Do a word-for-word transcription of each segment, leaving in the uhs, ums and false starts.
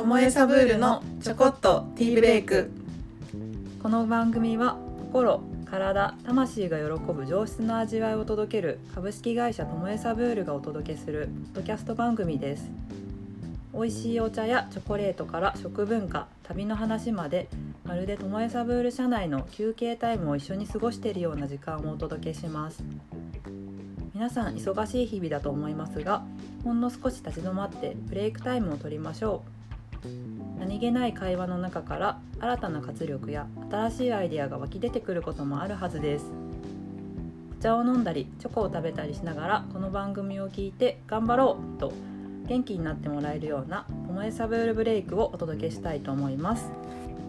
ともえサブールのちょこっとティーブレイク。 この番組は心、体、魂が喜ぶ上質な味わいを届ける株式会社ともえサブールがお届けするポッドキャスト番組です。美味しいお茶やチョコレートから食文化、旅の話まで、まるでともえサブール社内の休憩タイムを一緒に過ごしているような時間をお届けします。皆さん忙しい日々だと思いますが、ほんの少し立ち止まってブレイクタイムを取りましょう。何気ない会話の中から新たな活力や新しいアイデアが湧き出てくることもあるはずです。お茶を飲んだりチョコを食べたりしながらこの番組を聞いて頑張ろうと元気になってもらえるようなともえサブールブレイクをお届けしたいと思います。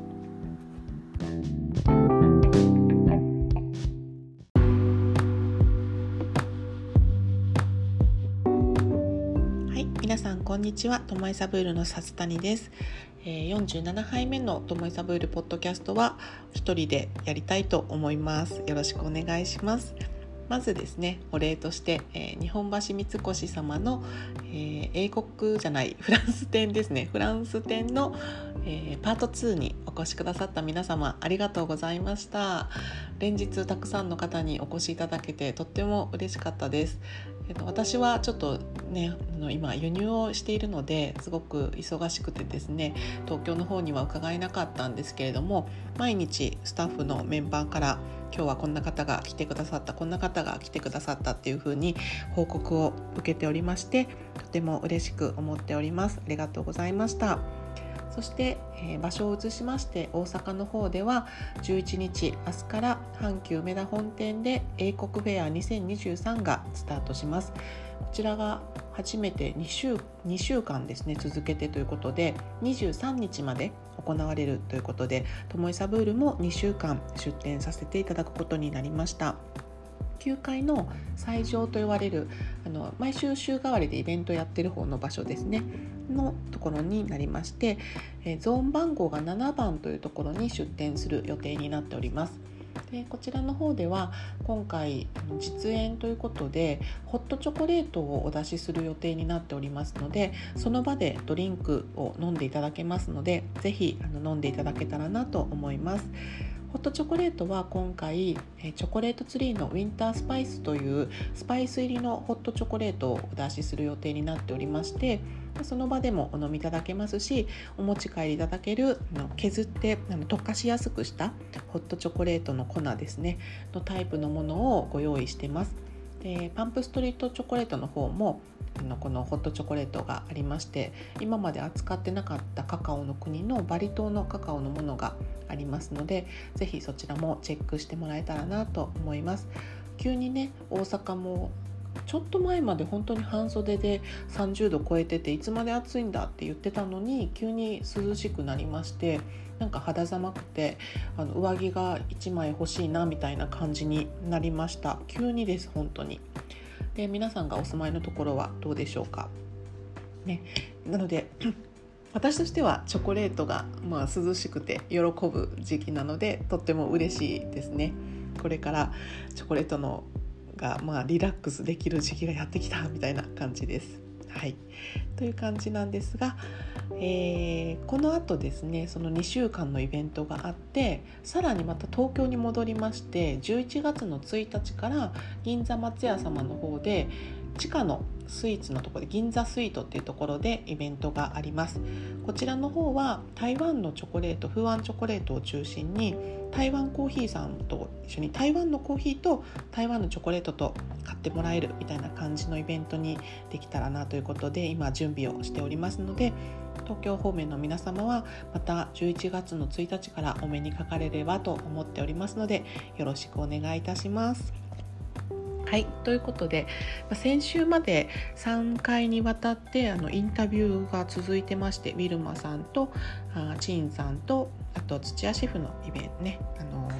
皆さんこんにちは。ともえサブールのさつたにです。よんじゅうななはいめのともえサブールポッドキャストは一人でやりたいと思います。よろしくお願いします。まずですね、お礼として、えー、日本橋三越様の、えー、英国じゃないフランス店ですねフランス店の、えー、パートツーにお越しくださった皆様ありがとうございました。連日たくさんの方にお越しいただけてとっても嬉しかったです。えっと、私はちょっとね今輸入をしているのですごく忙しくてですね、東京の方には伺えなかったんですけれども、毎日スタッフのメンバーから今日はこんな方が来てくださったこんな方が来てくださったっていう風に報告を受けておりまして、とても嬉しく思っております。ありがとうございました。そして、えー、場所を移しまして大阪の方ではじゅういちにち明日から阪急梅田本店で英国フェアにせんにじゅうさんがスタートします。こちらが初めて2週、にしゅうかんですね続けてということでにじゅうさんにちまで行われるということで、ともえサブールもにしゅうかん出展させていただくことになりました。きゅうかいの斎場と言われるあの毎週週替わりでイベントやってる方の場所ですねのところになりまして、えゾーン番号がななばんというところに出店する予定になっております。でこちらの方では今回実演ということでホットチョコレートをお出しする予定になっておりますので、その場でドリンクを飲んでいただけますので、ぜひあの飲んでいただけたらなと思います。ホットチョコレートは今回チョコレートツリーのウィンタースパイスというスパイス入りのホットチョコレートをお出しする予定になっておりまして、その場でもお飲みいただけますし、お持ち帰りいただける削って溶かしやすくしたホットチョコレートの粉ですねのタイプのものをご用意してます。でパンプストリートチョコレートの方もこのホットチョコレートがありまして、今まで扱ってなかったカカオの国のバリ島のカカオのものがありますので、ぜひそちらもチェックしてもらえたらなと思います。急にね大阪もちょっと前まで本当に半袖でさんじゅうど超えてて、いつまで暑いんだって言ってたのに急に涼しくなりまして、なんか肌寒くてあの上着がいちまい欲しいなみたいな感じになりました。急にです本当に。で皆さんがお住まいのところはどうでしょうか、ね、なので私としてはチョコレートが、まあ、涼しくて喜ぶ時期なのでとっても嬉しいですね。これからチョコレートのが、まあ、リラックスできる時期がやってきたみたいな感じです。はい、という感じなんですが、えー、この後ですねそのにしゅうかんのイベントがあって、さらにまた東京に戻りまして、じゅういちがつのついたちから銀座松屋様の方で地下のスイーツのところで銀座スイートっていうところでイベントがあります。こちらの方は台湾のチョコレート、フーアンチョコレートを中心に台湾コーヒーさんと一緒に台湾のコーヒーと台湾のチョコレートと買ってもらえるみたいな感じのイベントにできたらなということで今準備をしておりますので、東京方面の皆様はまたじゅういちがつのついたちからお目にかかれればと思っておりますので、よろしくお願いいたします。はい、ということで先週までさんかいにわたってあのインタビューが続いてまして、ウィルマさんとあチンさんとあと土屋シェフのイベントねあのお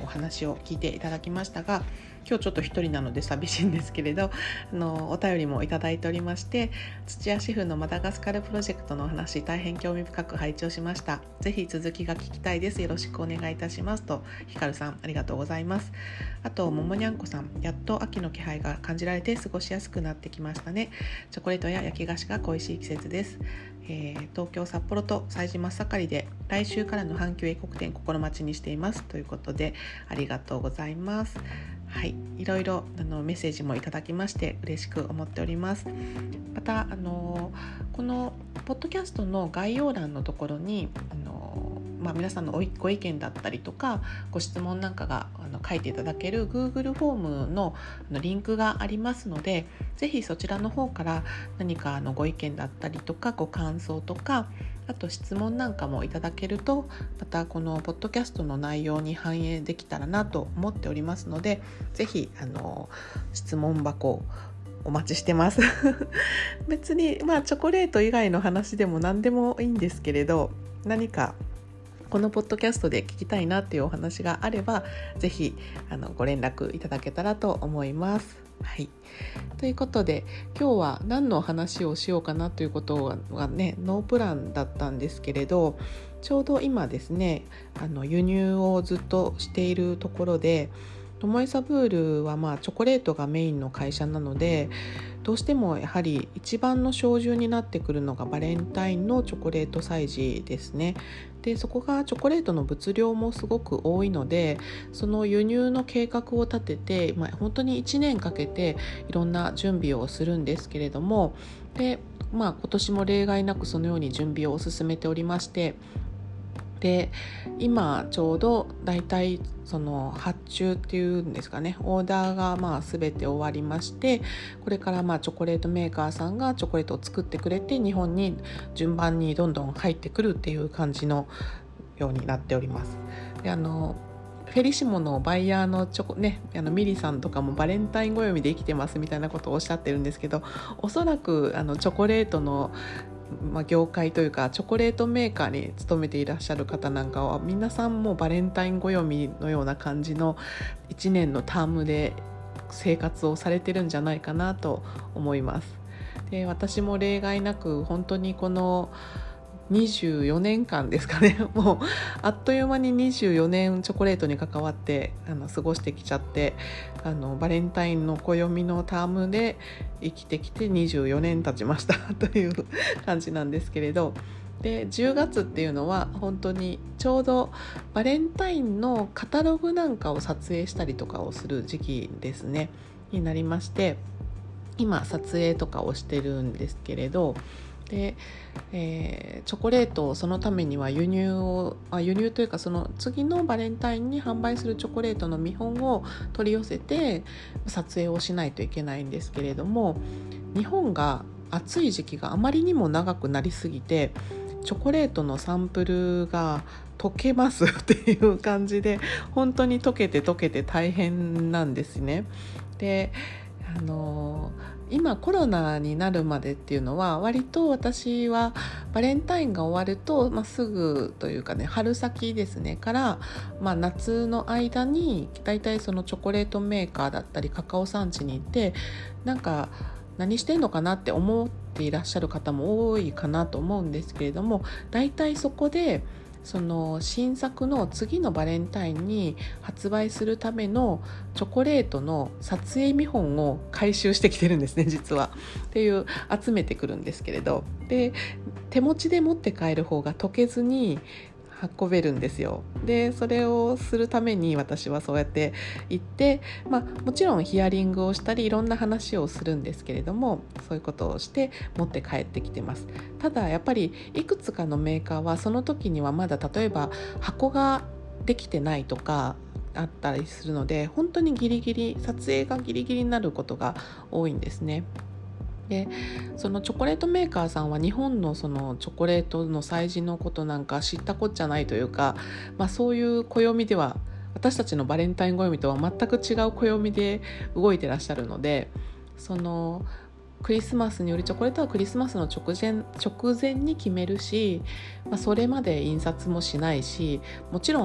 話を聞いていただきましたが、今日ちょっと一人なので寂しいんですけれど、あのお便りもいただいておりまして、土屋シェフのマダガスカルプロジェクトのお話、大変興味深く拝聴しました。ぜひ続きが聞きたいです。よろしくお願いいたしますと、ひかるさんありがとうございます。あとももにゃんこさん、やっと秋の気配が感じられて過ごしやすくなってきましたね。チョコレートや焼き菓子が恋しい季節です。えー、東京、札幌と催事真っ盛りで、来週からの阪急英国展心待ちにしていますということで、ありがとうございます。はい、いろいろあのメッセージもいただきまして嬉しく思っております。またあのこのポッドキャストの概要欄のところにあの、まあ、皆さんのご意見だったりとかご質問なんかがあの書いていただける Google フォームのあのリンクがありますので、ぜひそちらの方から何かあのご意見だったりとかご感想とか、あと質問なんかもいただけると、またこのポッドキャストの内容に反映できたらなと思っておりますので、ぜひあの質問箱お待ちしてます別にまあチョコレート以外の話でも何でもいいんですけれど、何かこのポッドキャストで聞きたいなっていうお話があれば、ぜひあのご連絡いただけたらと思います。はい、ということで今日は何の話をしようかなということがねノープランだったんですけれど、ちょうど今ですねあの輸入をずっとしているところで、トモエサブールはまあチョコレートがメインの会社なので、どうしてもやはり一番の照準になってくるのがバレンタインのチョコレート催事ですね。でそこがチョコレートの物量もすごく多いので、その輸入の計画を立てて、まあ、本当にいちねんかけていろんな準備をするんですけれども、で、まあ、今年も例外なくそのように準備を進めておりまして、で今ちょうどだいたいその発注っていうんですかね、オーダーがまあ全て終わりまして、これからまあチョコレートメーカーさんがチョコレートを作ってくれて日本に順番にどんどん入ってくるっていう感じのようになっております。であのフェリシモのバイヤーのチョコ、ね、あのミリさんとかもバレンタイン暦で生きてますみたいなことをおっしゃってるんですけど、おそらくあのチョコレートのまあ、業界というかチョコレートメーカーに勤めていらっしゃる方なんかは皆さんもバレンタイン暦のような感じのいちねんのタームで生活をされてるんじゃないかなと思います。で私も例外なく本当にこのにじゅうよねんかんですかね、もうあっという間ににじゅうよねんチョコレートに関わってあの過ごしてきちゃって、あのバレンタインの暦のタームで生きてきてにじゅうよねん経ちましたという感じなんですけれど、でじゅうがつっていうのは本当にちょうどバレンタインのカタログなんかを撮影したりとかをする時期ですねになりまして、今撮影とかをしてるんですけれど、で、えー、チョコレートをそのためには輸入をあ輸入というかその次のバレンタインに販売するチョコレートの見本を取り寄せて撮影をしないといけないんですけれども、日本が暑い時期があまりにも長くなりすぎてチョコレートのサンプルが溶けますっていう感じで、本当に溶けて溶けて大変なんですね。であの今コロナになるまでっていうのは割と私はバレンタインが終わると、まあ、すぐというかね春先ですねから、まあ、夏の間にだいたいそのチョコレートメーカーだったりカカオ産地に行って、なんか何してんのかなって思っていらっしゃる方も多いかなと思うんですけれども、だいたいそこでその新作の次のバレンタインに発売するためのチョコレートの撮影見本を回収してきてるんですね実はっていう集めてくるんですけれど、で手持ちで持って帰る方が溶けずに運べるんですよ。でそれをするために私はそうやって行って、まあ、もちろんヒアリングをしたりいろんな話をするんですけれども、そういうことをして持って帰ってきてます。ただやっぱりいくつかのメーカーはその時にはまだ例えば箱ができてないとかあったりするので、本当にギリギリ撮影がギリギリになることが多いんですね。でそのチョコレートメーカーさんは日本のそのチョコレートの催事のことなんか知ったこっちゃないというか、まあ、そういう暦では私たちのバレンタイン暦とは全く違う暦で動いてらっしゃるので、そのクリスマスによりチョコレートはクリスマスの直前、直前に決めるし、まあ、それまで印刷もしないし、もちろん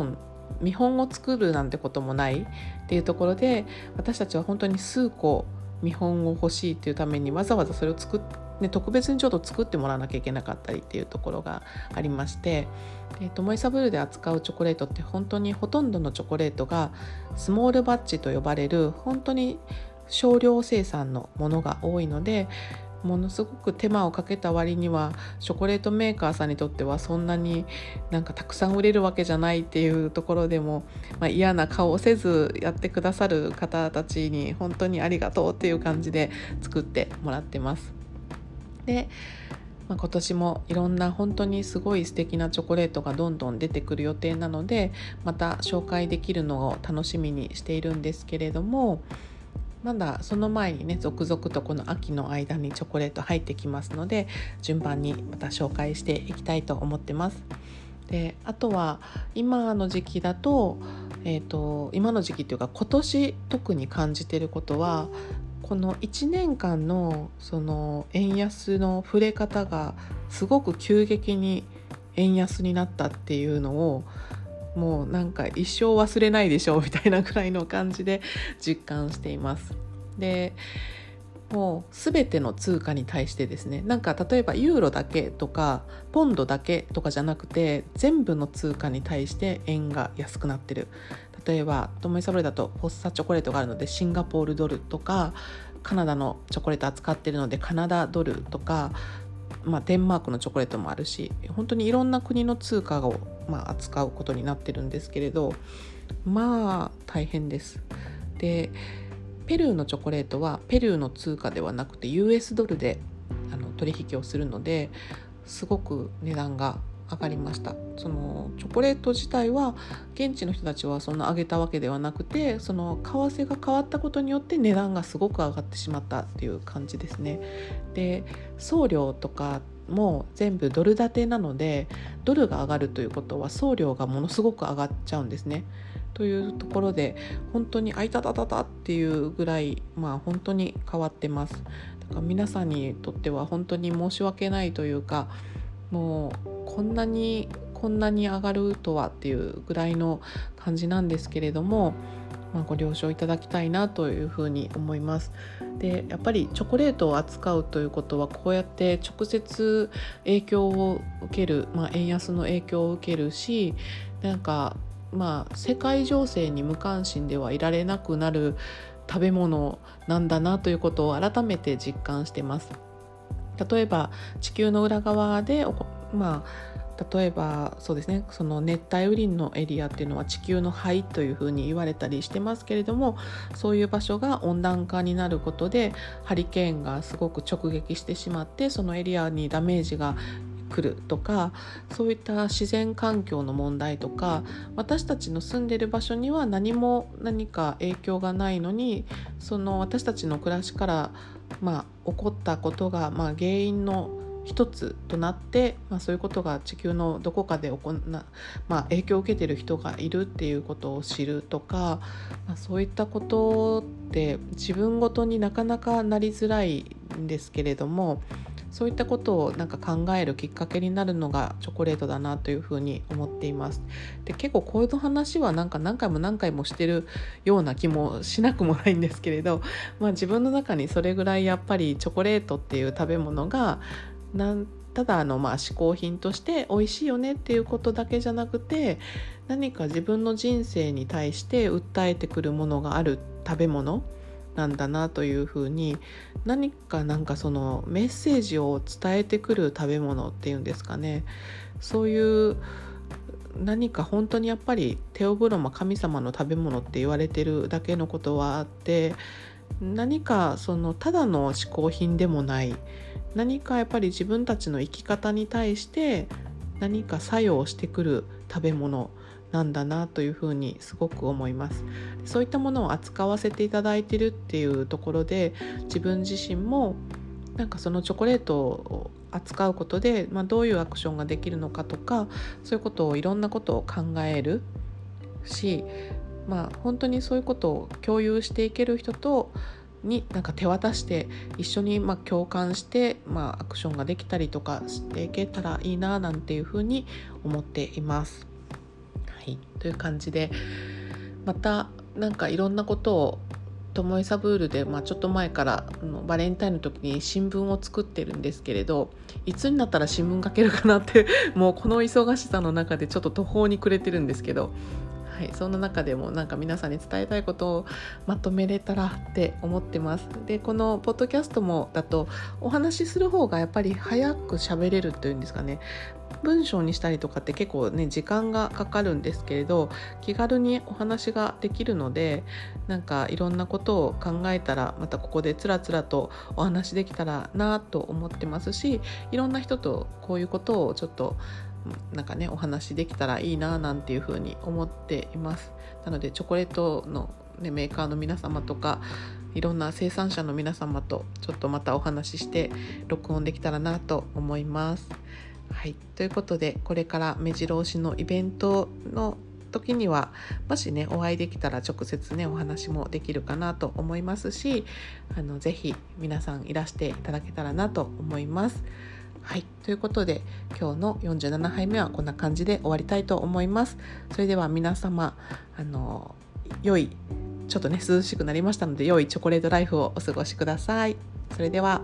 見本を作るなんてこともないっていうところで、私たちは本当に数個見本を欲しいっていうためにわざわざそれを作っね、特別にちょっと作ってもらわなきゃいけなかったりっていうところがありまして、トモエサブールで扱うチョコレートって本当にほとんどのチョコレートがスモールバッチと呼ばれる本当に少量生産のものが多いので、ものすごく手間をかけた割にはチョコレートメーカーさんにとってはそんなになんかたくさん売れるわけじゃないっていうところでも、まあ、嫌な顔をせずやってくださる方たちに本当にありがとうっていう感じで作ってもらってます。で、まあ、今年もいろんな本当にすごい素敵なチョコレートがどんどん出てくる予定なので、また紹介できるのを楽しみにしているんですけれども、まだその前にね続々とこの秋の間にチョコレート入ってきますので、順番にまた紹介していきたいと思ってます。で、あとは今の時期だと、えーと、今の時期っていうか今年特に感じていることは、このいちねんかんのその円安の触れ方がすごく急激に円安になったっていうのを、もうなんか一生忘れないでしょうみたいなくらいの感じで実感しています。で、もうすべての通貨に対してですね、なんか例えばユーロだけとかポンドだけとかじゃなくて、全部の通貨に対して円が安くなってる。例えばトモエサブールだとフォッサチョコレートがあるのでシンガポールドルとか、カナダのチョコレート扱ってるのでカナダドルとか、まあ、デンマークのチョコレートもあるし、本当にいろんな国の通貨を、まあ、扱うことになってるんですけれど、まあ大変です。で、ペルーのチョコレートはペルーの通貨ではなくて ユーエス ドルであの取引をするので、すごく値段が上がりました。そのチョコレート自体は現地の人たちはそんな上げたわけではなくて、その為替が変わったことによって値段がすごく上がってしまったっていう感じですね。で、送料とかも全部ドル建てなので、ドルが上がるということは送料がものすごく上がっちゃうんですね。というところで本当にあいたたたたっていうぐらい、まあ本当に変わってます。だから皆さんにとっては本当に申し訳ないというか、もうこんなにこんなに上がるとはっていうぐらいの感じなんですけれども、まあ、ご了承いただきたいなというふうに思います。で、やっぱりチョコレートを扱うということはこうやって直接影響を受ける、まあ、円安の影響を受けるし、なんかまあ世界情勢に無関心ではいられなくなる食べ物なんだなということを改めて実感してます。例えば地球の裏側で、まあ、例えばそうですね、その熱帯雨林のエリアっていうのは地球の肺というふうに言われたりしてますけれども、そういう場所が温暖化になることでハリケーンがすごく直撃してしまって、そのエリアにダメージが来るとか、そういった自然環境の問題とか、私たちの住んでいる場所には何も何か影響がないのに、その私たちの暮らしからまあ、起こったことが、まあ、原因の一つとなって、まあ、そういうことが地球のどこかで起こな、まあ、影響を受けている人がいるっていうことを知るとか、まあ、そういったことって自分ごとになかなかなりづらいんですけれども、そういったことをなんか考えるきっかけになるのがチョコレートだなというふうに思っています。で、結構こういう話はなんか何回も何回もしてるような気もしなくもないんですけれど、まあ、自分の中にそれぐらいやっぱりチョコレートっていう食べ物がなんただあのまあ嗜好品として美味しいよねっていうことだけじゃなくて、何か自分の人生に対して訴えてくるものがある食べ物なんだなというふうに、何かなんかそのメッセージを伝えてくる食べ物っていうんですかね、そういう何か本当にやっぱりテオブロマ神様の食べ物って言われてるだけのことはあって、何かそのただの嗜好品でもない、何かやっぱり自分たちの生き方に対して何か作用してくる食べ物なんだなというふうにすごく思います。そういったものを扱わせていただいているっていうところで、自分自身もなんかそのチョコレートを扱うことで、まあ、どういうアクションができるのかとか、そういうことをいろんなことを考えるし、まあ、本当にそういうことを共有していける人とになんか手渡して一緒にまあ共感して、まあ、アクションができたりとかしていけたらいいななんていうふうに思っています。はい、という感じで、またなんかいろんなことをともえサブールで、まあ、ちょっと前からあのバレンタインの時に新聞を作ってるんですけれど、いつになったら新聞書けるかなってもうこの忙しさの中でちょっと途方に暮れてるんですけど、はい、そんな中でもなんか皆さんに伝えたいことをまとめれたらって思ってます。で、このポッドキャストもだとお話しする方がやっぱり早く喋れるっていうんですかね、文章にしたりとかって結構ね時間がかかるんですけれど、気軽にお話ができるので、なんかいろんなことを考えたらまたここでつらつらとお話できたらなと思ってますし、いろんな人とこういうことをちょっとなんかねお話できたらいいななんていうふうに思っています。なのでチョコレートの、ね、メーカーの皆様とかいろんな生産者の皆様とちょっとまたお話しして録音できたらなと思います。はい、ということでこれから目白押しのイベントの時にはもしねお会いできたら直接ねお話もできるかなと思いますし、あのぜひ皆さんいらしていただけたらなと思います。はい、ということで今日のよんじゅうななはいめはこんな感じで終わりたいと思います。それでは皆様あの良いちょっとね涼しくなりましたので良いチョコレートライフをお過ごしください。それでは。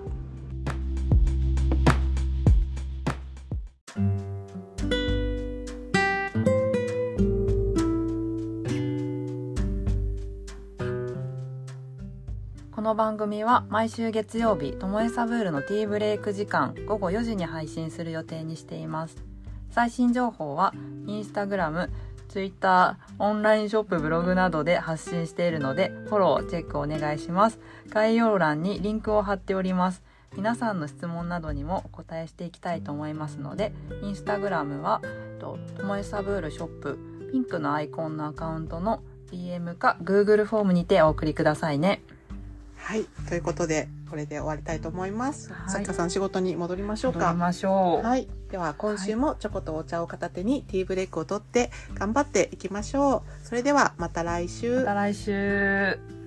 この番組は毎週月曜日ともえサブールのティーブレイク時間ごごよじに配信する予定にしています。最新情報はインスタグラム、ツイッター、オンラインショップ、ブログなどで発信しているのでフォローチェックお願いします。概要欄にリンクを貼っております。皆さんの質問などにもお答えしていきたいと思いますので、インスタグラムはともえサブールショップピンクのアイコンのアカウントの ディーエム か Google フォームにてお送りくださいね。 はい、ということでこれで終わりたいと思います。 はい、 さきかさん仕事に戻りましょうか。 戻りましょう。 はい、では今週もチョコとお茶を片手にティーブレイクを取って頑張っていきましょう。それではまた来週。 また来週。